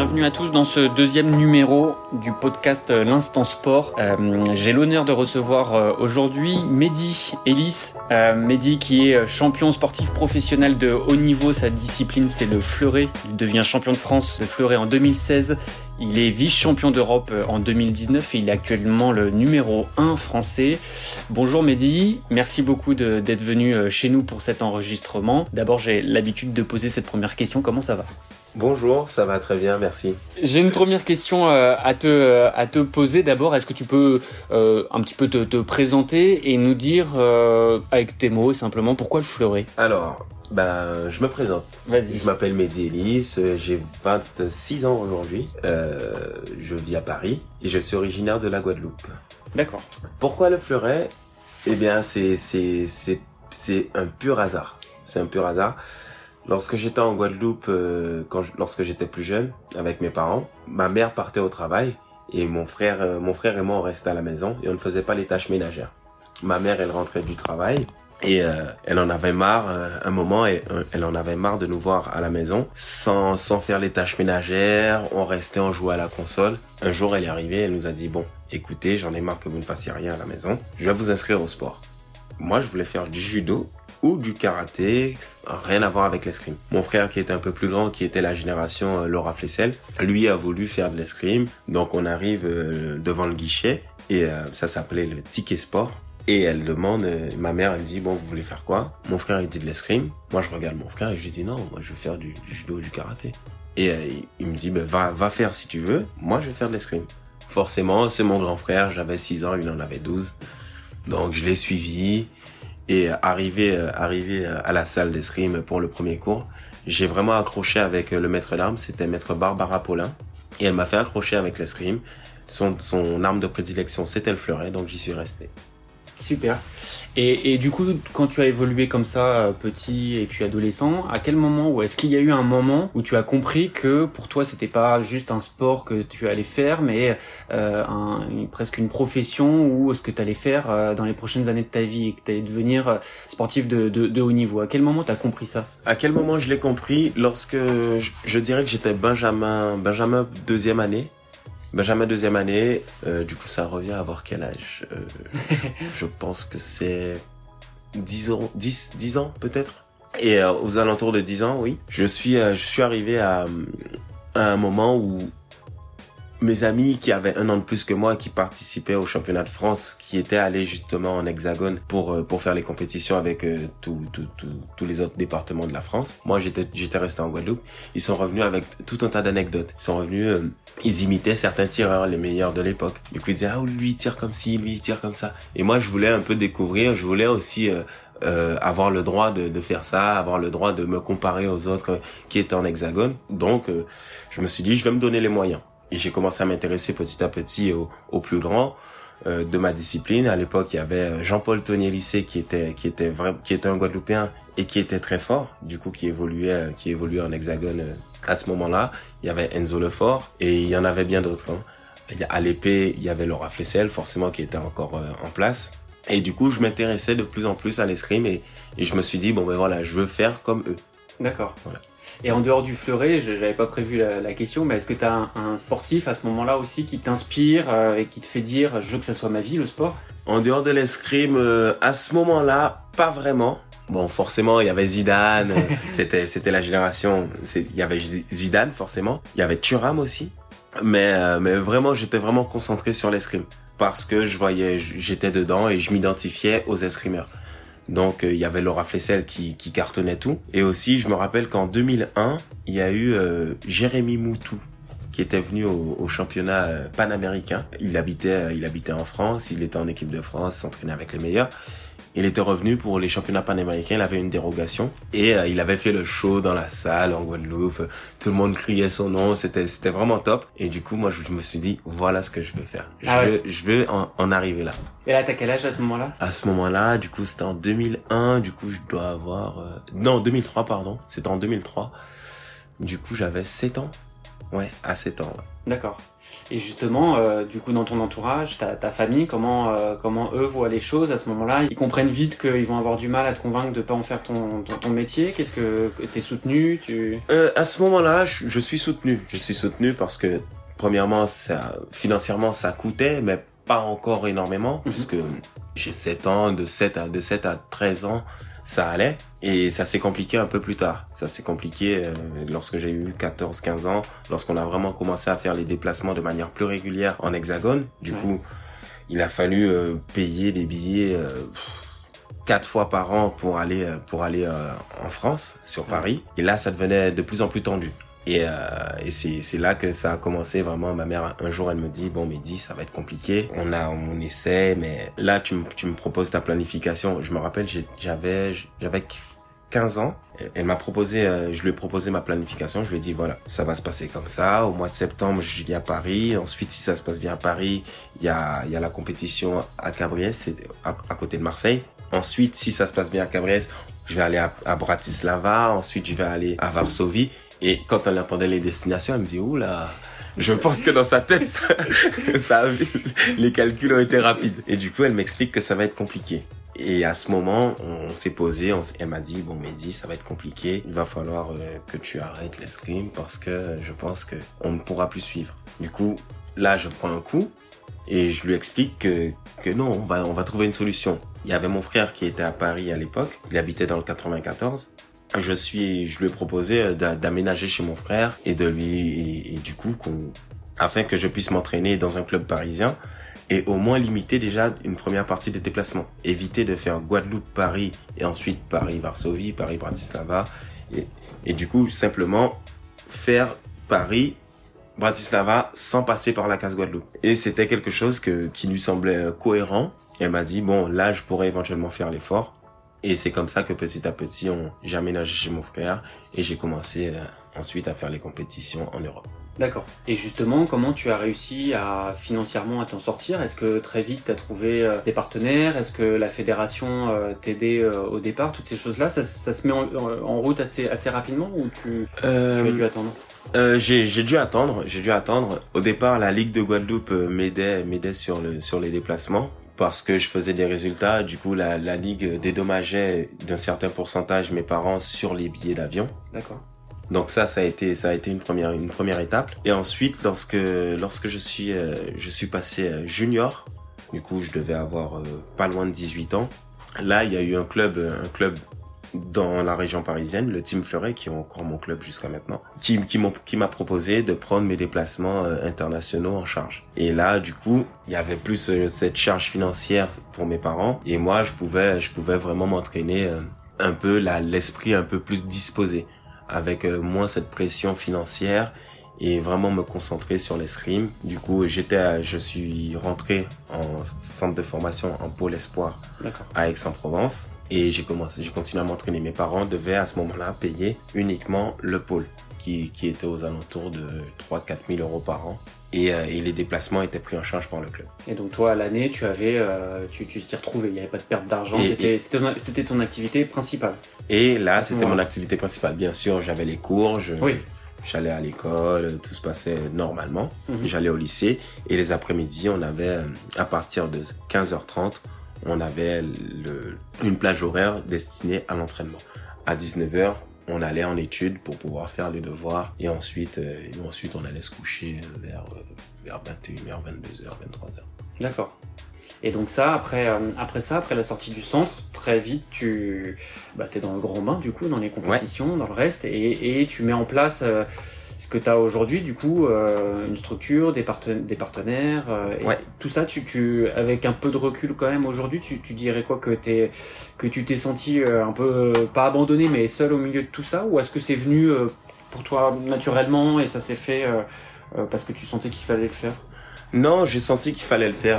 Bienvenue à tous dans ce deuxième numéro du podcast L'Instant Sport. J'ai l'honneur de recevoir aujourd'hui Mehdi Ellis. Mehdi qui est champion sportif professionnel de haut niveau. Sa discipline c'est le fleuret. Il devient champion de France de fleuret en 2016. Il est vice-champion d'Europe en 2019 et il est actuellement le numéro 1 français. Bonjour Mehdi, merci beaucoup d'être venu chez nous pour cet enregistrement. D'abord j'ai l'habitude de poser cette première question, comment ça va ? Bonjour, ça va très bien, merci. J'ai une première question à te poser. D'abord, est-ce que tu peux un petit peu te présenter et nous dire avec tes mots simplement pourquoi le fleuret ? Alors, je me présente. Vas-y. Je m'appelle Mehdi Ellis, j'ai 26 ans aujourd'hui. Je vis à Paris et je suis originaire de la Guadeloupe. D'accord. Pourquoi le fleuret ? Eh bien, c'est un pur hasard. C'est un pur hasard. Lorsque j'étais en Guadeloupe, lorsque j'étais plus jeune, avec mes parents, ma mère partait au travail et mon frère et moi on restait à la maison et on ne faisait pas les tâches ménagères. Ma mère, elle rentrait du travail et elle en avait marre un moment et elle en avait marre de nous voir à la maison sans faire les tâches ménagères. On restait, on jouait à la console. Un jour, elle est arrivée, elle nous a dit bon, écoutez, j'en ai marre que vous ne fassiez rien à la maison. Je vais vous inscrire au sport. Moi, je voulais faire du judo ou du karaté, rien à voir avec l'escrime. Mon frère qui était un peu plus grand, qui était la génération Laura Flessel, lui a voulu faire de l'escrime. Donc on arrive devant le guichet et ça s'appelait le ticket sport. Et elle demande, ma mère elle dit bon vous voulez faire quoi ? Mon frère il dit de l'escrime. Moi je regarde mon frère et je lui dis non, moi je veux faire du judo ou du karaté. Et il me dit va faire si tu veux, moi je vais faire de l'escrime. Forcément c'est mon grand frère, j'avais 6 ans, il en avait 12. Donc je l'ai suivi. Et arrivé à la salle d'escrime pour le premier cours, j'ai vraiment accroché avec le maître d'armes, c'était maître Barbara Paulin. Et elle m'a fait accrocher avec l'escrime. Son arme de prédilection, c'était le fleuret, donc j'y suis resté. Super. Et du coup, quand tu as évolué comme ça, petit et puis adolescent, à quel moment, ou est-ce qu'il y a eu un moment où tu as compris que pour toi c'était pas juste un sport que tu allais faire, mais presque une profession ou ce que tu allais faire dans les prochaines années de ta vie et que tu allais devenir sportif de haut niveau ? À quel moment tu as compris ça ? À quel moment je l'ai compris ? Lorsque je dirais que j'étais Benjamin deuxième année. Benjamin deuxième année, du coup ça revient à avoir quel âge ? Je pense que c'est 10 ans peut-être. Et aux alentours de 10 ans, oui. Je suis arrivé à un moment où mes amis qui avaient 1 an de plus que moi, qui participaient au championnat de France, qui étaient allés justement en Hexagone pour faire les compétitions avec tous les autres départements de la France. Moi, j'étais resté en Guadeloupe. Ils sont revenus avec tout un tas d'anecdotes. Ils sont revenus, ils imitaient certains tireurs, les meilleurs de l'époque. Du coup, ils disaient lui il tire comme ci, lui il tire comme ça. Et moi, je voulais un peu découvrir. Je voulais aussi avoir le droit de faire ça, avoir le droit de me comparer aux autres qui étaient en Hexagone. Donc, je me suis dit, je vais me donner les moyens. Et j'ai commencé à m'intéresser petit à petit aux plus grands de ma discipline. À l'époque, il y avait Jean-Paul Tonier-Lycée qui était un Guadeloupéen et qui était très fort, du coup qui évoluait en Hexagone à ce moment-là. Il y avait Enzo Lefort et il y en avait bien d'autres. À l'épée, il y avait Laura Flessel, forcément qui était encore en place. Et du coup, je m'intéressais de plus en plus à l'escrime et je me suis dit je veux faire comme eux. D'accord. Voilà. Et en dehors du fleuret, j'avais pas prévu la question, mais est-ce que tu as un sportif à ce moment-là aussi qui t'inspire et qui te fait dire je veux que ça soit ma vie, le sport ? En dehors de l'escrime, à ce moment-là, pas vraiment. Bon, forcément, il y avait Zidane, c'était la génération, il y avait Zidane forcément, il y avait Thuram aussi, mais vraiment, j'étais vraiment concentré sur l'escrime parce que j'étais dedans et je m'identifiais aux escrimeurs. Donc il y avait Laura Flessel qui cartonnait tout. Et aussi je me rappelle qu'en 2001 il y a eu Jérémy Moutou qui était venu au championnat panaméricain. Il habitait en France, il était en équipe de France, s'entraînait avec les meilleurs. Il était revenu pour les championnats panaméricains, il avait une dérogation et il avait fait le show dans la salle en Guadeloupe. Tout le monde criait son nom, c'était vraiment top. Et du coup, moi, je me suis dit, voilà ce que je veux faire. Je veux en arriver là. Et là, t'as quel âge à ce moment-là ? À ce moment-là, du coup, c'était en 2001. Du coup, je dois avoir... Non, 2003, pardon. C'était en 2003. Du coup, j'avais 7 ans. Ouais, à 7 ans. Ouais. D'accord. Et justement, du coup, dans ton entourage, ta famille, comment eux voient les choses à ce moment-là? Ils comprennent vite qu'ils vont avoir du mal à te convaincre de pas en faire ton métier? Qu'est-ce que t'es soutenu? À ce moment-là, je suis soutenu. Je suis soutenu parce que, premièrement, financièrement, ça coûtait, mais pas encore énormément, puisque j'ai 7 ans, de 7 à 13 ans, ça allait. Et ça s'est compliqué un peu plus tard. Ça s'est compliqué lorsque j'ai eu 14-15 ans, lorsqu'on a vraiment commencé à faire les déplacements de manière plus régulière en hexagone. Du coup, il a fallu payer des billets 4 fois par an pour aller en France, sur Paris. Et là, ça devenait de plus en plus tendu. Et c'est là que ça a commencé vraiment. Ma mère, un jour, elle me dit, bon, Mehdi, ça va être compliqué. On essaie, mais là, tu me proposes ta planification. Je me rappelle, j'avais 15 ans. Elle m'a proposé, je lui ai proposé ma planification. Je lui ai dit, voilà, ça va se passer comme ça. Au mois de septembre, je viens à Paris. Ensuite, si ça se passe bien à Paris, il y a la compétition à Cabriès, c'est à côté de Marseille. Ensuite, si ça se passe bien à Cabriès, je vais aller à Bratislava. Ensuite, je vais aller à Varsovie. Et quand elle entendait les destinations, elle me dit, oula, je pense que dans sa tête, les calculs ont été rapides. Et du coup, elle m'explique que ça va être compliqué. Et à ce moment, on s'est posé, elle m'a dit, bon, Mehdi, ça va être compliqué. Il va falloir que tu arrêtes l'escrime parce que je pense que on ne pourra plus suivre. Du coup, là, je prends un coup et je lui explique que non, on va trouver une solution. Il y avait mon frère qui était à Paris à l'époque. Il habitait dans le 94. Je lui ai proposé d'aménager chez mon frère et du coup, afin que je puisse m'entraîner dans un club parisien et au moins limiter déjà une première partie des déplacements. Éviter de faire Guadeloupe-Paris et ensuite Paris-Varsovie, Paris-Bratislava et du coup, simplement faire Paris-Bratislava sans passer par la case Guadeloupe. Et c'était quelque chose qui lui semblait cohérent. Elle m'a dit, bon, là, je pourrais éventuellement faire l'effort. Et c'est comme ça que petit à petit, j'ai aménagé chez mon frère et j'ai commencé ensuite à faire les compétitions en Europe. D'accord. Et justement, comment tu as réussi financièrement à t'en sortir? Est-ce que très vite tu as trouvé des partenaires? Est-ce que la fédération t'aidait au départ? Toutes ces choses-là, ça se met en route assez rapidement ou tu as dû attendre? J'ai dû attendre. Au départ, la Ligue de Guadeloupe m'aidait sur les déplacements. Parce que je faisais des résultats, du coup la ligue dédommageait d'un certain pourcentage mes parents sur les billets d'avion. D'accord. Donc ça a été une première étape. Et ensuite lorsque je suis passé junior, du coup je devais avoir pas loin de 18 ans. Là il y a eu un club dans la région parisienne, le Team Fleuret, qui est encore mon club jusqu'à maintenant, qui m'a proposé de prendre mes déplacements internationaux en charge. Et là, du coup, il y avait plus cette charge financière pour mes parents, et moi, je pouvais vraiment m'entraîner un peu l'esprit un peu plus disposé, avec moins cette pression financière et vraiment me concentrer sur l'escrime. Du coup, je suis rentré en centre de formation en pôle espoir à Aix-en-Provence. Et j'ai continué à m'entraîner. Mes parents devaient à ce moment-là payer uniquement le pôle qui était aux alentours de 3-4 000 euros par an. Et les déplacements étaient pris en charge par le club. Et donc toi, à l'année, tu t'y retrouvais, il n'y avait pas de perte d'argent, c'était ton activité principale. Et là, c'était mon activité principale. Bien sûr, j'avais les cours, j'allais à l'école, tout se passait normalement. J'allais au lycée et les après-midi, on avait, à partir de 15h30, on avait une plage horaire destinée à l'entraînement. À 19h, on allait en études pour pouvoir faire les devoirs et ensuite on allait se coucher vers 21h, 22h, 23h. D'accord. Et donc ça, après la sortie du centre, très vite tu es dans le grand bain du coup, dans les compétitions, dans le reste, et tu mets en place ce que tu as aujourd'hui, du coup, une structure, des partenaires, et tout ça, tu avec un peu de recul quand même aujourd'hui, tu dirais quoi, que tu t'es senti un peu, pas abandonné, mais seul au milieu de tout ça, ou est-ce que c'est venu pour toi naturellement et ça s'est fait parce que tu sentais qu'il fallait le faire? Non, j'ai senti qu'il fallait le faire.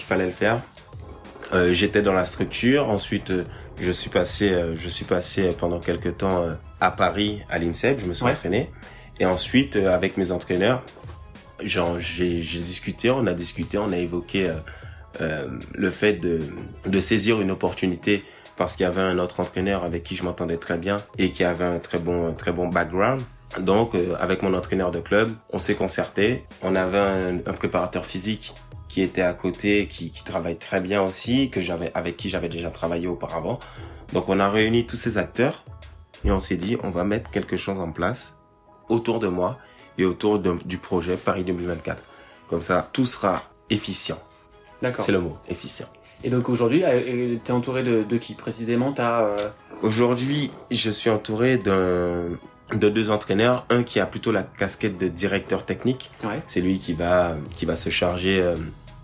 J'étais dans la structure. Ensuite, je suis passé pendant quelques temps à Paris, à l'INSEP. Je me suis entraîné. Et ensuite, avec mes entraîneurs, j'ai discuté, on a évoqué le fait de saisir une opportunité parce qu'il y avait un autre entraîneur avec qui je m'entendais très bien et qui avait un très bon background. Donc, avec mon entraîneur de club, on s'est concerté. On avait un préparateur physique qui était à côté, qui travaille très bien aussi, avec qui j'avais déjà travaillé auparavant. Donc, on a réuni tous ces acteurs et on s'est dit, on va mettre quelque chose en place autour de moi et autour du projet Paris 2024. Comme ça, tout sera efficient. D'accord. C'est le mot, efficient. Et donc aujourd'hui, t'es entouré de qui précisément? Aujourd'hui, je suis entouré de 2 entraîneurs. Un qui a plutôt la casquette de directeur technique. Ouais. C'est lui qui va se charger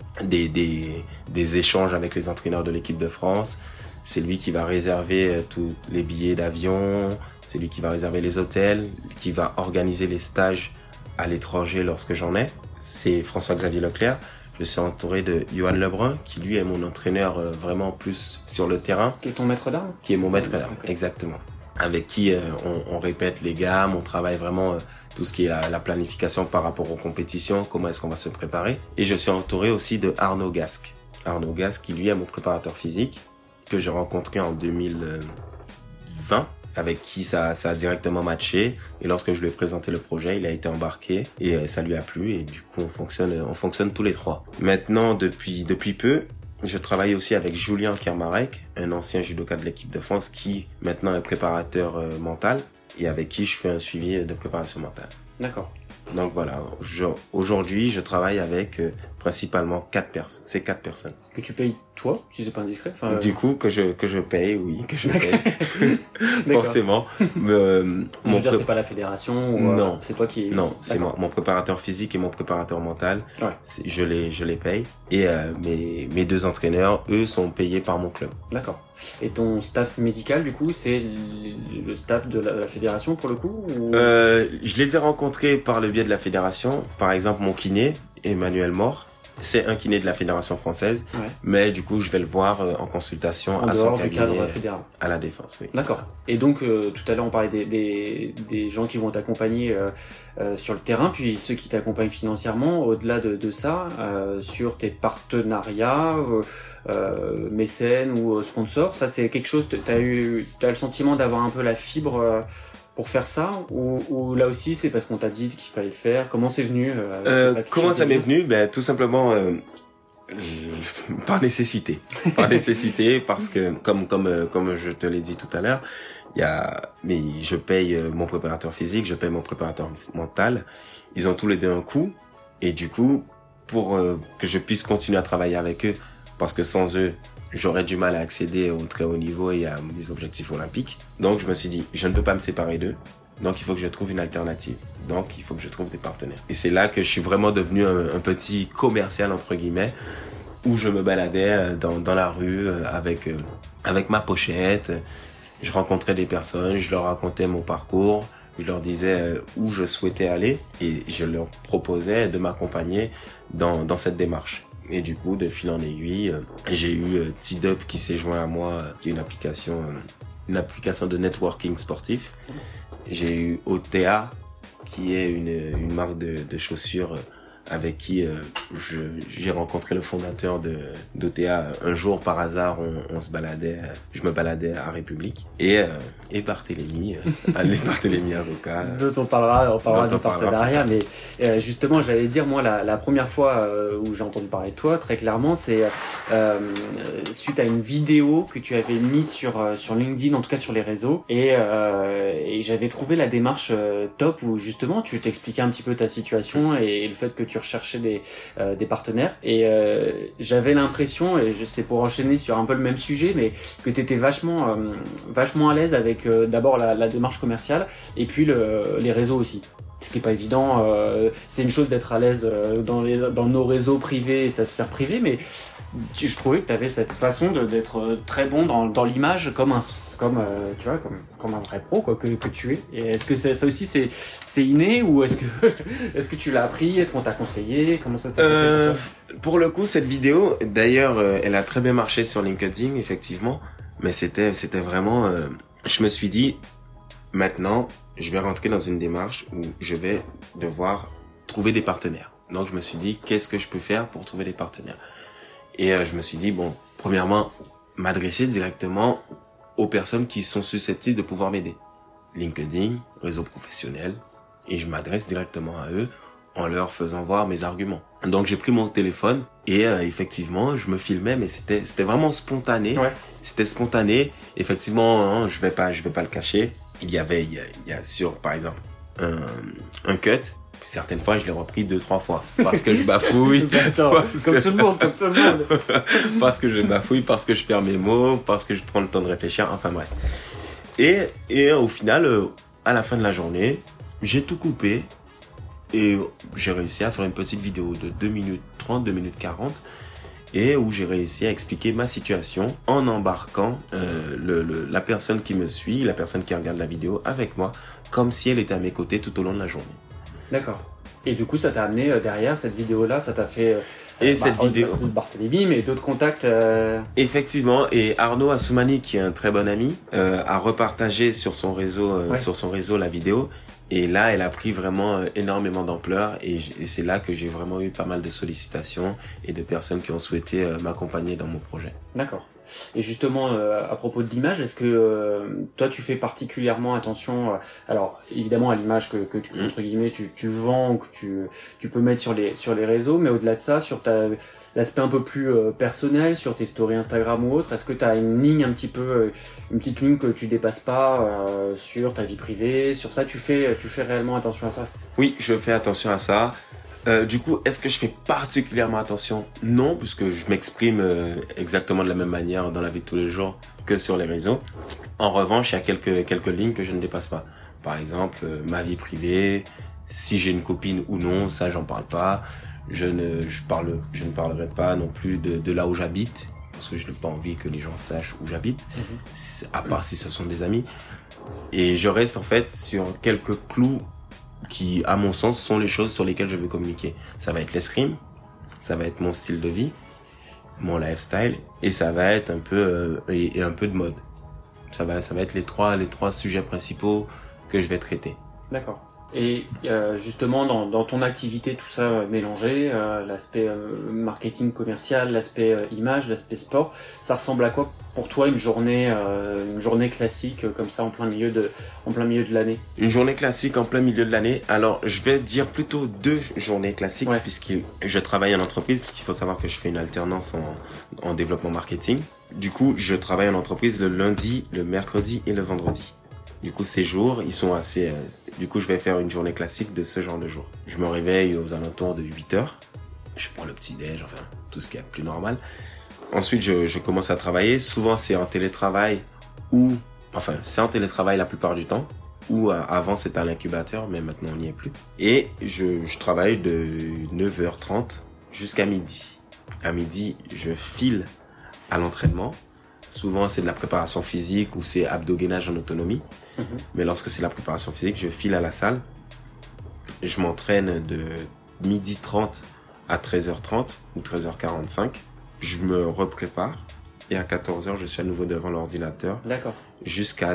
des échanges avec les entraîneurs de l'équipe de France. C'est lui qui va réserver tous les billets d'avion. C'est lui qui va réserver les hôtels, qui va organiser les stages à l'étranger lorsque j'en ai. C'est François-Xavier Leclerc. Je suis entouré de Johan Lebrun, qui lui est mon entraîneur vraiment plus sur le terrain. Qui est ton maître d'armes? Qui est mon maître d'armes, okay. Exactement. Avec qui on répète les gammes, on travaille vraiment tout ce qui est la planification par rapport aux compétitions, comment est-ce qu'on va se préparer. Et je suis entouré aussi de Arnaud Gasque. Arnaud Gasque, qui lui est mon préparateur physique, que j'ai rencontré en 2020. Avec qui ça a directement matché. Et lorsque je lui ai présenté le projet, il a été embarqué et ça lui a plu. Et du coup, on fonctionne tous les 3. Maintenant, depuis peu, je travaille aussi avec Julien Kermarek, un ancien judoka de l'équipe de France qui maintenant est préparateur mental et avec qui je fais un suivi de préparation mentale. D'accord. Donc voilà, aujourd'hui, je travaille avec principalement 4 personnes. C'est 4 personnes. Que tu payes toi, si c'est pas indiscret. Du coup, que je paye, oui, que je paye. Forcément. Je veux dire, c'est pas la fédération ou non. C'est toi qui... Non, c'est mon préparateur physique et mon préparateur mental. Ouais. Je les paye. Et mes 2 entraîneurs, eux, sont payés par mon club. D'accord. Et ton staff médical, du coup, c'est le staff de la fédération pour le coup ou... Je les ai rencontrés par le biais de la fédération. Par exemple, mon kiné, Emmanuel Mort, c'est un kiné de la fédération française. Ouais. Mais du coup, je vais le voir en consultation à son cabinet à la Défense. Oui, d'accord. Et donc, tout à l'heure, on parlait des gens qui vont t'accompagner sur le terrain, puis ceux qui t'accompagnent financièrement. Au-delà de ça, sur tes partenariats, mécènes ou sponsors, ça c'est quelque chose, t'as le sentiment d'avoir un peu la fibre pour faire ça, ou là aussi c'est parce qu'on t'a dit qu'il fallait le faire? Comment c'est venu? Comment ça m'est venu? Ben tout simplement par nécessité. Par nécessité, parce que comme je te l'ai dit tout à l'heure, mais je paye mon préparateur physique, je paye mon préparateur mental. Ils ont tous les 2 un coût, et du coup, pour que je puisse continuer à travailler avec eux, parce que sans eux, j'aurais du mal à accéder au très haut niveau et à mes objectifs olympiques. Donc, je me suis dit, je ne peux pas me séparer d'eux. Donc, il faut que je trouve une alternative. Donc, il faut que je trouve des partenaires. Et c'est là que je suis vraiment devenu un petit commercial, entre guillemets, où je me baladais dans la rue avec ma pochette. Je rencontrais des personnes, je leur racontais mon parcours, je leur disais où je souhaitais aller et je leur proposais de m'accompagner dans cette démarche. Et du coup, de fil en aiguille, j'ai eu T-Dup qui s'est joint à moi, qui est une application de networking sportif. J'ai eu OTA, qui est une marque de chaussures avec qui j'ai rencontré le fondateur d'OTA. Un jour, par hasard, je me baladais à République. Et Barthélémy, Barthélémy avocat. On parlera du partenariat, mais justement, j'allais dire, moi, la première fois où j'ai entendu parler de toi, très clairement, c'est suite à une vidéo que tu avais mise sur LinkedIn, en tout cas sur les réseaux, et j'avais trouvé la démarche top, où justement, tu t'expliquais un petit peu ta situation et le fait que tu recherchais des partenaires, et j'avais l'impression, et c'est pour enchaîner sur un peu le même sujet, mais que tu étais vachement à l'aise avec d'abord la démarche commerciale et puis les réseaux aussi. Ce qui est pas évident, c'est une chose d'être à l'aise dans nos réseaux privés et sa sphère privée, mais je trouvais que tu avais cette façon d'être très bon dans l'image comme un vrai pro quoi, que tu es. Et est-ce que ça aussi c'est inné, ou est-ce que tu l'as appris? Est-ce qu'on t'a conseillé? Comment ça s'est passé pour toi? Pour le coup, cette vidéo, d'ailleurs, elle a très bien marché sur LinkedIn, effectivement, mais c'était vraiment je me suis dit, maintenant, je vais rentrer dans une démarche où je vais devoir trouver des partenaires. Donc, je me suis dit, qu'est-ce que je peux faire pour trouver des partenaires? Et je me suis dit, bon, premièrement, m'adresser directement aux personnes qui sont susceptibles de pouvoir m'aider. LinkedIn, réseau professionnel, et je m'adresse directement à eux en leur faisant voir mes arguments. Donc j'ai pris mon téléphone et effectivement je me filmais, mais c'était vraiment spontané. Ouais. C'était spontané. Effectivement, hein, je vais pas le cacher. Il y a sur par exemple un cut. Certaines fois, je l'ai repris 2-3 fois parce que je bafouille. Attends, comme tout le monde. Parce que je bafouille, parce que je perds mes mots, parce que je prends le temps de réfléchir. Enfin bref. Et au final, à la fin de la journée, j'ai tout coupé. Et j'ai réussi à faire une petite vidéo de 2 minutes 30, 2 minutes 40 et où j'ai réussi à expliquer ma situation en embarquant la personne qui me suit, la personne qui regarde la vidéo avec moi, comme si elle était à mes côtés tout au long de la journée. D'accord. Et du coup, ça t'a amené derrière cette vidéo-là, ça t'a fait... cette vidéo... Barthélémy, mais d'autres contacts... Effectivement, et Arnaud Assoumani, qui est un très bon ami, a repartagé sur son réseau, la vidéo. Et là, elle a pris vraiment énormément d'ampleur et c'est là que j'ai vraiment eu pas mal de sollicitations et de personnes qui ont souhaité m'accompagner dans mon projet. D'accord. Et justement, à propos de l'image, est-ce que toi, tu fais particulièrement attention, alors évidemment à l'image que entre guillemets tu vends ou que tu peux mettre sur les réseaux, mais au-delà de ça, sur l'aspect un peu plus personnel, sur tes stories Instagram ou autres, est-ce que tu as une ligne un petit peu, une petite ligne que tu dépasses pas sur ta vie privée, sur ça, tu fais réellement attention à ça? Oui, je fais attention à ça. Du coup, est-ce que je fais particulièrement attention? Non, puisque je m'exprime exactement de la même manière dans la vie de tous les jours que sur les réseaux. En revanche, il y a quelques lignes que je ne dépasse pas. Par exemple, ma vie privée, si j'ai une copine ou non, ça j'en parle pas. Je ne parlerai pas non plus de là où j'habite, parce que je n'ai pas envie que les gens sachent où j'habite, à part si ce sont des amis. Et je reste en fait sur quelques clous qui, à mon sens, sont les choses sur lesquelles je veux communiquer. Ça va être l'escrime, ça va être mon style de vie, mon lifestyle, et ça va être un peu et un peu de mode. Ça va être les trois sujets principaux que je vais traiter. D'accord. Et justement, dans ton activité, tout ça mélangé, l'aspect marketing commercial, l'aspect image, l'aspect sport, ça ressemble à quoi pour toi une journée classique comme ça en plein milieu de l'année? Une journée classique en plein milieu de l'année. Alors, je vais dire plutôt 2 journées classiques, ouais, puisque je travaille en entreprise, puisqu'il faut savoir que je fais une alternance en développement marketing. Du coup, je travaille en entreprise le lundi, le mercredi et le vendredi. Du coup, ces jours, ils sont assez... Du coup, je vais faire une journée classique de ce genre de jour. Je me réveille aux alentours de 8h. Je prends le petit-déj, enfin, tout ce qui est plus normal. Ensuite, je commence à travailler. Souvent, c'est en télétravail ou... Enfin, c'est en télétravail la plupart du temps. Ou avant, c'était à l'incubateur, mais maintenant, on n'y est plus. Et je travaille de 9h30 jusqu'à midi. À midi, je file à l'entraînement. Souvent, c'est de la préparation physique ou c'est abdos-gainage en autonomie. Mais lorsque c'est la préparation physique, je file à la salle. Je m'entraîne de 12h30 à 13h30 ou 13h45. Je me reprépare et à 14h, je suis à nouveau devant l'ordinateur. D'accord. Jusqu'à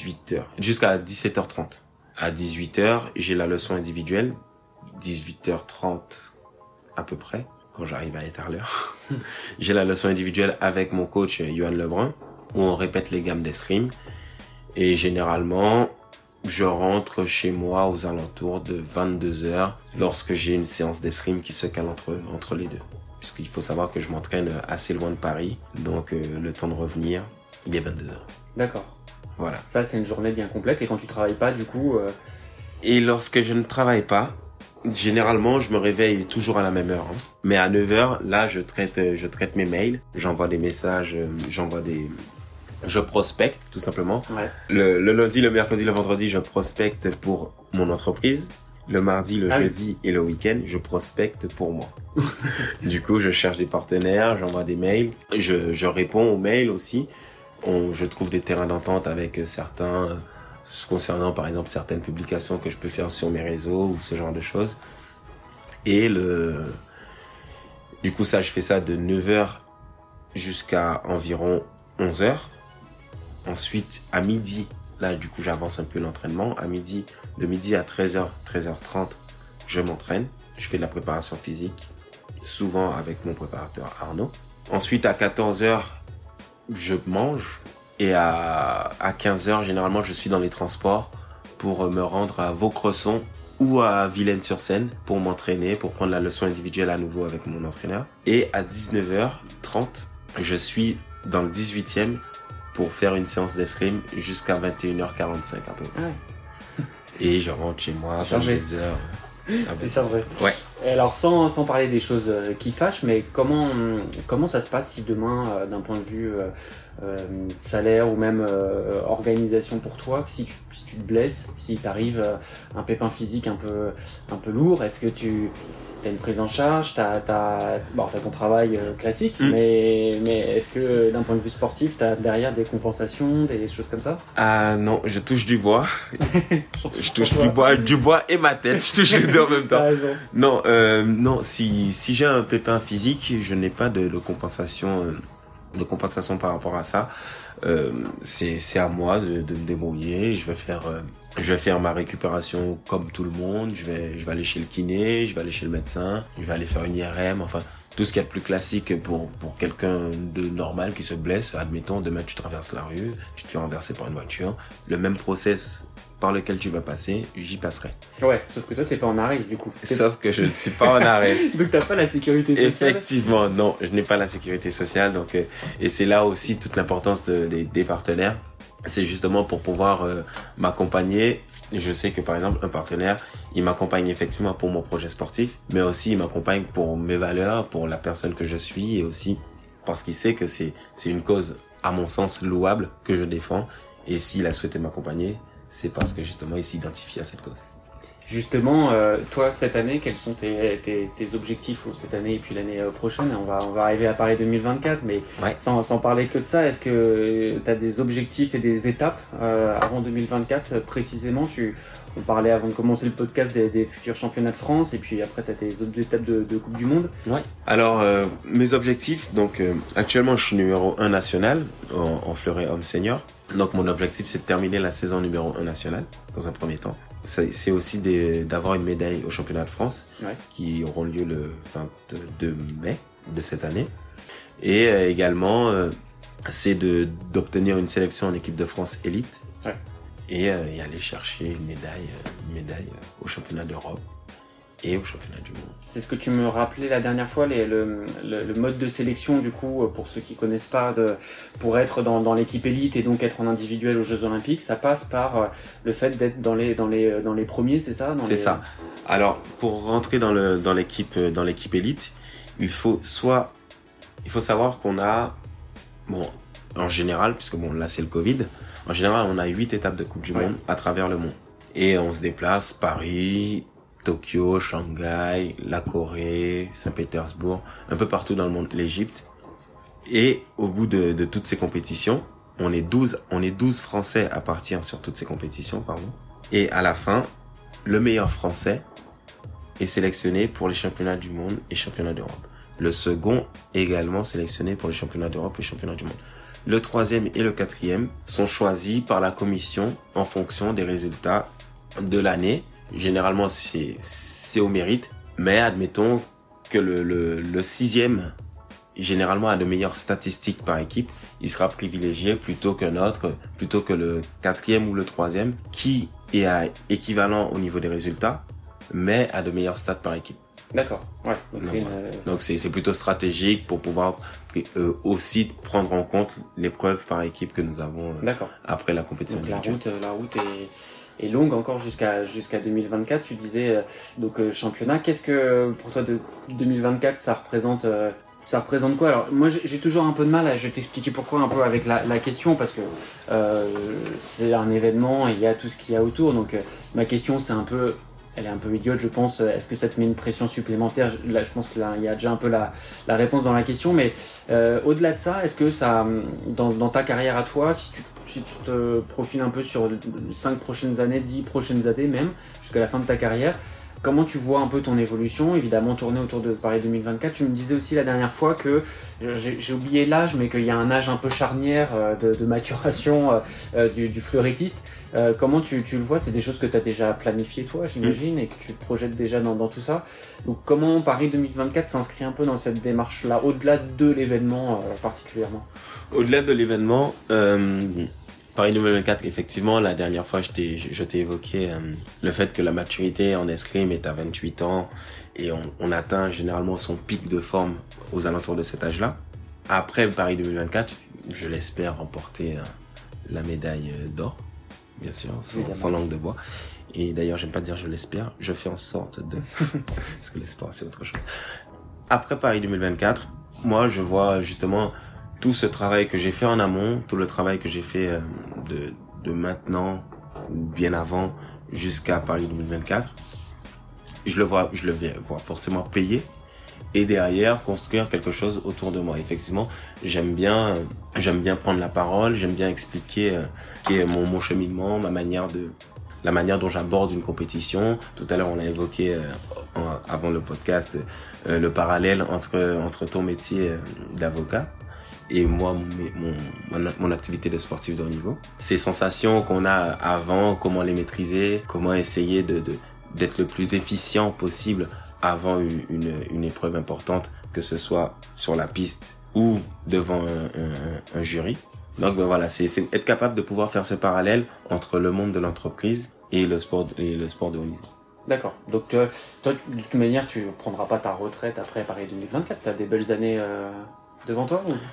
17h30. À 18h, j'ai la leçon individuelle. 18h30 à peu près, quand j'arrive à être à l'heure. J'ai la leçon individuelle avec mon coach Yohan Lebrun, où on répète les gammes d'escrime. Et généralement, je rentre chez moi aux alentours de 22h lorsque j'ai une séance d'escrime qui se cale entre les deux. Puisqu'il faut savoir que je m'entraîne assez loin de Paris, donc le temps de revenir, il est 22h. D'accord. Voilà. Ça, c'est une journée bien complète. Et quand tu travailles pas, du coup... Et lorsque je ne travaille pas, généralement, je me réveille toujours à la même heure. Mais à 9h, là, je traite mes mails, j'envoie des messages, je prospecte, tout simplement. Ouais. Le lundi, le mercredi, le vendredi, je prospecte pour mon entreprise. Le mardi, le jeudi et le week-end, je prospecte pour moi. Du coup, je cherche des partenaires, j'envoie des mails. Je réponds aux mails aussi. Je trouve des terrains d'entente avec certains, concernant par exemple certaines publications que je peux faire sur mes réseaux ou ce genre de choses. Et du coup, je fais ça de 9h jusqu'à environ 11h. Ensuite, à midi, là, du coup, j'avance un peu l'entraînement. À midi, de midi à 13h, 13h30, je m'entraîne. Je fais de la préparation physique, souvent avec mon préparateur Arnaud. Ensuite, à 14h, je mange. Et à 15h, généralement, je suis dans les transports pour me rendre à Vaucresson ou à Villaines-sur-Seine pour m'entraîner, pour prendre la leçon individuelle à nouveau avec mon entraîneur. Et à 19h30, je suis dans le 18e pour faire une séance d'escrime jusqu'à 21h45 à peu près. Ouais. Et je rentre chez moi à 22h. C'est chargé. Ouais. Et alors sans parler des choses qui fâchent, mais comment ça se passe si demain, d'un point de vue salaire ou même organisation pour toi, si tu te blesses, si t'arrive un pépin physique un peu lourd, est-ce que tu as une prise en charge, t'as ton travail classique, mais est-ce que d'un point de vue sportif, t'as derrière des compensations, des choses comme ça? Ah non, je touche du bois. Je touche du bois et ma tête, je touche les deux en même temps. Non, si j'ai un pépin physique, je n'ai pas de compensation par rapport à ça. C'est à moi de me débrouiller. Je vais faire ma récupération comme tout le monde. Je vais aller chez le kiné, je vais aller chez le médecin, je vais aller faire une IRM, enfin tout ce qu'il y a de plus classique pour quelqu'un de normal qui se blesse. Admettons, demain tu traverses la rue, tu te fais renverser par une voiture, le même process par lequel tu vas passer, j'y passerai. Ouais, sauf que toi t'es pas en arrêt du coup. Sauf que je ne suis pas en arrêt. Donc t'as pas la sécurité sociale. Effectivement, non, je n'ai pas la sécurité sociale. Donc, et c'est là aussi toute l'importance des partenaires. C'est justement pour pouvoir m'accompagner. Je sais que par exemple un partenaire, il m'accompagne effectivement pour mon projet sportif, mais aussi il m'accompagne pour mes valeurs, pour la personne que je suis, et aussi parce qu'il sait que c'est une cause à mon sens louable que je défends. Et s'il a souhaité m'accompagner, c'est parce que justement il s'identifie à cette cause. Justement, toi, cette année, quels sont tes objectifs cette année et puis l'année prochaine? On va arriver à Paris 2024, mais ouais. sans parler que de ça, est-ce que tu as des objectifs et des étapes avant 2024 précisément? On parlait avant de commencer le podcast des futurs championnats de France, et puis après tu as tes autres étapes de Coupe du Monde. Ouais. Alors, mes objectifs, donc actuellement je suis numéro 1 national en fleuret homme senior. Donc mon objectif c'est de terminer la saison numéro 1 national dans un premier temps. C'est aussi d'avoir une médaille au championnat de France, ouais, qui auront lieu le 22 mai de cette année. Et également, c'est d'obtenir une sélection en équipe de France élite, ouais, et aller chercher une médaille au championnat d'Europe et au championnat du monde. C'est ce que tu me rappelais la dernière fois, le mode de sélection du coup, pour ceux qui connaissent pas, pour être dans l'équipe élite et donc être en individuel aux Jeux Olympiques, ça passe par le fait d'être dans les premiers, c'est ça? C'est ça. Alors pour rentrer dans l'équipe élite, il faut savoir qu'on a, en général, puisque là c'est le Covid, en général on a 8 étapes de Coupe du Monde à travers le monde. Et on se déplace Paris, Tokyo, Shanghai, la Corée, Saint-Pétersbourg, un peu partout dans le monde, l'Égypte. Et au bout de toutes ces compétitions, on est 12 Français à partir sur toutes ces compétitions, pardon. Et à la fin, le meilleur Français est sélectionné pour les championnats du monde et championnats d'Europe. Le second également sélectionné pour les championnats d'Europe et championnats du monde. Le troisième et le quatrième sont choisis par la commission en fonction des résultats de l'année. Généralement, c'est au mérite, mais admettons que le sixième, généralement, a de meilleures statistiques par équipe. Il sera privilégié plutôt qu'un autre, plutôt que le quatrième ou le troisième, qui est à équivalent au niveau des résultats, mais a de meilleurs stats par équipe. D'accord. Ouais. Donc c'est plutôt stratégique pour pouvoir aussi prendre en compte l'épreuve par équipe que nous avons après la compétition. Donc la route est longue encore jusqu'à 2024. Tu disais championnat. Qu'est-ce que pour toi de 2024 ça représente quoi? Alors moi j'ai toujours un peu de mal je vais t'expliquer pourquoi un peu avec la question, parce que c'est un événement et il y a tout ce qu'il y a autour. Donc ma question elle est un peu idiote, je pense. Est-ce que ça te met une pression supplémentaire? Là, je pense qu'il y a déjà un peu la réponse dans la question, mais au-delà de ça, est-ce que ça, dans ta carrière à toi, si tu te profiles un peu sur 5 prochaines années, 10 prochaines années même, jusqu'à la fin de ta carrière, comment tu vois un peu ton évolution, évidemment tourner autour de Paris 2024? Tu me disais aussi la dernière fois que, j'ai oublié l'âge, mais qu'il y a un âge un peu charnière de maturation du fleurettiste. Comment tu le vois? C'est des choses que tu as déjà planifiées toi, j'imagine, et que tu te projettes déjà dans tout ça. Donc comment Paris 2024 s'inscrit un peu dans cette démarche-là, au-delà de l'événement particulièrement? Au-delà de l'événement, Paris 2024, effectivement, la dernière fois, je t'ai évoqué le fait que la maturité en escrime est à 28 ans et on atteint généralement son pic de forme aux alentours de cet âge-là. Après Paris 2024, je l'espère remporter la médaille d'or, bien sûr, sans langue de bois. Et d'ailleurs, j'aime pas dire je l'espère, je fais en sorte de... Parce que l'espoir, c'est autre chose. Après Paris 2024, moi, je vois justement tout ce travail que j'ai fait en amont, tout le travail que j'ai fait de maintenant, ou bien avant, jusqu'à Paris 2024. Je le vois forcément payer. Et derrière, construire quelque chose autour de moi. Effectivement, j'aime bien prendre la parole, j'aime bien expliquer mon cheminement, la manière dont j'aborde une compétition. Tout à l'heure, on l'a évoqué avant le podcast, le parallèle entre ton métier d'avocat et moi, mon activité de sportif de haut niveau. Ces sensations qu'on a avant, comment les maîtriser, comment essayer d'être le plus efficient possible avant une épreuve importante, que ce soit sur la piste ou devant un jury. Donc ben voilà, c'est être capable de pouvoir faire ce parallèle entre le monde de l'entreprise et le sport de haut niveau. D'accord. Donc toi, de toute manière, tu prendras pas ta retraite après Paris 2024. T'as des belles années devant toi ou...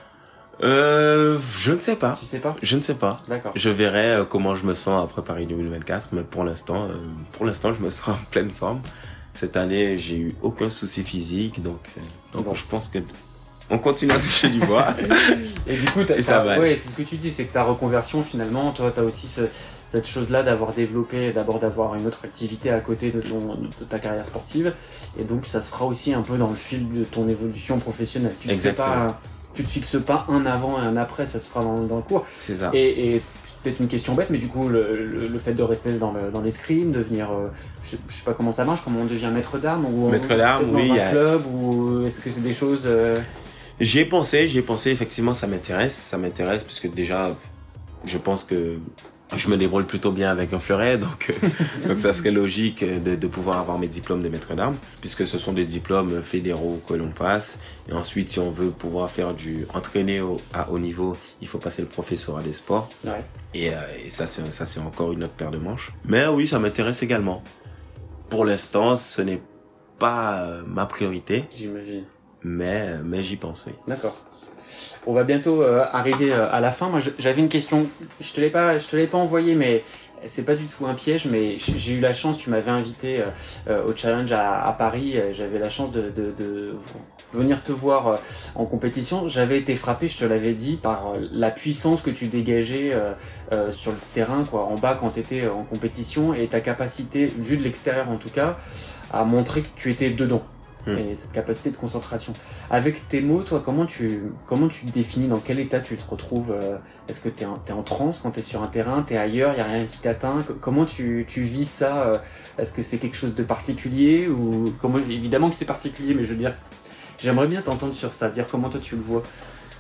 Je ne sais pas. Tu sais pas? Je ne sais pas. D'accord. Je verrai comment je me sens après Paris 2024, mais pour l'instant, je me sens en pleine forme. Cette année, j'ai eu aucun souci physique, donc bon. Je pense que on continue à toucher du bois. Et du coup, c'est ce que tu dis, c'est que ta reconversion, finalement, toi, t'as aussi cette chose-là d'avoir développé, d'abord d'avoir une autre activité à côté de ta carrière sportive, et donc ça se fera aussi un peu dans le fil de ton évolution professionnelle. Tu te fixes pas un avant et un après, ça se fera dans le cours. C'est ça. Et peut-être une question bête, mais du coup, le fait de rester dans l'escrime, devenir, je sais pas comment ça marche, comment on devient maître d'armes, ou maître d'armes, oui, dans un club, ou est-ce que c'est des choses J'y ai pensé, effectivement, ça m'intéresse, puisque déjà, je pense que je me débrouille plutôt bien avec un fleuret, donc ça serait logique de pouvoir avoir mes diplômes de maître d'armes, puisque ce sont des diplômes fédéraux que l'on passe. Et ensuite, si on veut pouvoir faire entraîner à haut niveau, il faut passer le professorat des sports. Ouais. Et ça c'est encore une autre paire de manches. Mais oui, ça m'intéresse également. Pour l'instant, ce n'est pas ma priorité. J'imagine. Mais j'y pense, oui. D'accord. On va bientôt arriver à la fin. Moi, j'avais une question. Je te l'ai pas envoyée, mais c'est pas du tout un piège. Mais j'ai eu la chance. Tu m'avais invité au challenge à Paris. J'avais la chance de venir te voir en compétition. J'avais été frappé, je te l'avais dit, par la puissance que tu dégageais sur le terrain, quoi, en bas quand tu étais en compétition, et ta capacité, vue de l'extérieur en tout cas, à montrer que tu étais dedans. Et cette capacité de concentration. Avec tes mots, toi, comment tu te définis, dans quel état tu te retrouves? Est-ce que t'es en transe quand t'es sur un terrain, t'es ailleurs, y a rien qui t'atteint? Comment tu vis ça? Est-ce que c'est quelque chose de particulier, ou évidemment que c'est particulier, mais je veux dire, j'aimerais bien t'entendre sur ça, dire comment toi tu le vois.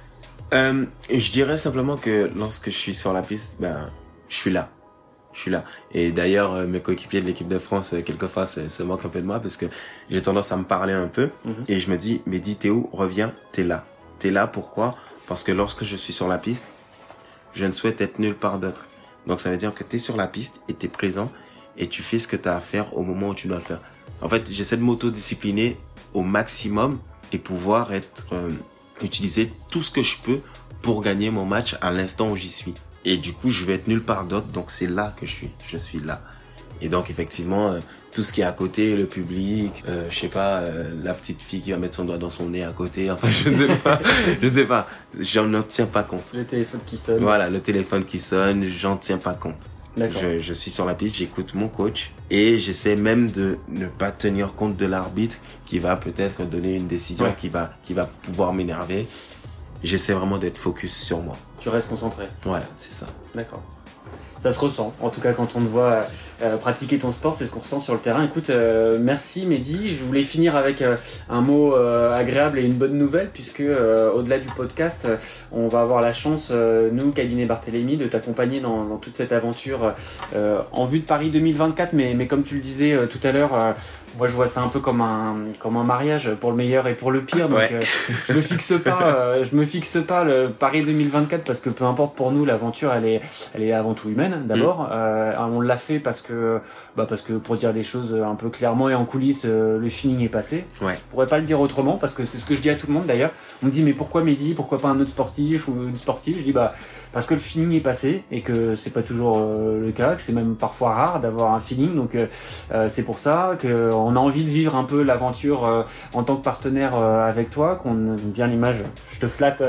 Je dirais simplement que lorsque je suis sur la piste, je suis là. Et d'ailleurs, mes coéquipiers de l'équipe de France, quelquefois, se moquent un peu de moi parce que j'ai tendance à me parler un peu. Et je me dis, Mehdi, t'es où? Reviens, t'es là. T'es là, pourquoi? Parce que lorsque je suis sur la piste, je ne souhaite être nulle part d'autre. Donc ça veut dire que t'es sur la piste et t'es présent et tu fais ce que t'as à faire au moment où tu dois le faire. En fait, j'essaie de m'autodiscipliner au maximum et pouvoir utiliser tout ce que je peux pour gagner mon match à l'instant où j'y suis. Et du coup, je vais être nulle part d'autre, donc c'est là que je suis là. Et donc, effectivement, tout ce qui est à côté, le public, je sais pas, la petite fille qui va mettre son doigt dans son nez à côté, enfin, je ne sais pas, j'en tiens pas compte. Le téléphone qui sonne. Voilà, le téléphone qui sonne, j'en tiens pas compte. D'accord. Je suis sur la piste, j'écoute mon coach et j'essaie même de ne pas tenir compte de l'arbitre qui va peut-être donner une décision qui va pouvoir m'énerver. J'essaie vraiment d'être focus sur moi. Tu restes concentré. Voilà, c'est ça. D'accord. Ça se ressent. En tout cas, quand on te voit pratiquer ton sport, c'est ce qu'on ressent sur le terrain. Écoute, merci Mehdi. Je voulais finir avec un mot agréable et une bonne nouvelle, puisque au-delà du podcast, on va avoir la chance, nous, cabinet Barthélémy, de t'accompagner dans toute cette aventure en vue de Paris 2024. Mais comme tu le disais tout à l'heure, moi je vois ça un peu comme un mariage, pour le meilleur et pour le pire. Donc je me fixe pas le Paris 2024, parce que peu importe, pour nous l'aventure elle est avant tout humaine d'abord. On l'a fait parce que pour dire les choses un peu clairement et en coulisses, le feeling est passé. Je pourrais pas le dire autrement, parce que c'est ce que je dis à tout le monde d'ailleurs. On me dit mais pourquoi Mehdi, pourquoi pas un autre sportif ou une sportive? Je dis parce que le feeling est passé, et que c'est pas toujours le cas, que c'est même parfois rare d'avoir un feeling. Donc c'est pour ça qu'on a envie de vivre un peu l'aventure en tant que partenaire avec toi, qu'on aime bien l'image. Je te flatte,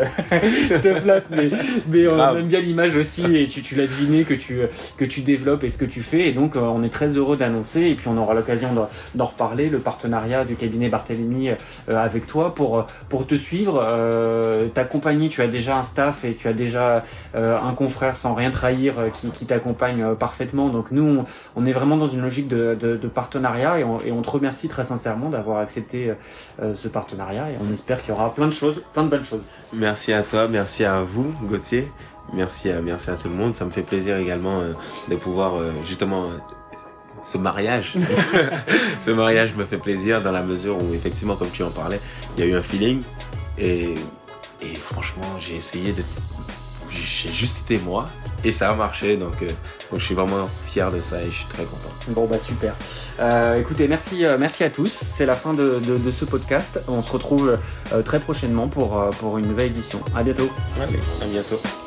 mais on aime bien l'image aussi, et tu l'as deviné, que tu développes et ce que tu fais. Et donc on est très heureux d'annoncer, et puis on aura l'occasion d'en reparler, le partenariat du cabinet Barthélémy avec toi pour te suivre, t'accompagner. Tu as déjà un staff et tu as déjà un confrère sans rien trahir qui t'accompagne parfaitement. Donc nous on est vraiment dans une logique de partenariat, et on te remercie très sincèrement d'avoir accepté ce partenariat, et on espère qu'il y aura plein de bonnes choses. Merci à toi, merci à vous Gauthier, merci à tout le monde. Ça me fait plaisir également de pouvoir justement ce mariage ce mariage me fait plaisir, dans la mesure où effectivement, comme tu en parlais, il y a eu un feeling, et franchement j'ai juste été moi, et ça a marché. Donc je suis vraiment fier de ça, et je suis très content. Bon super. Écoutez, merci à tous. C'est la fin de ce podcast. On se retrouve très prochainement pour une nouvelle édition. À bientôt. Allez, à bientôt.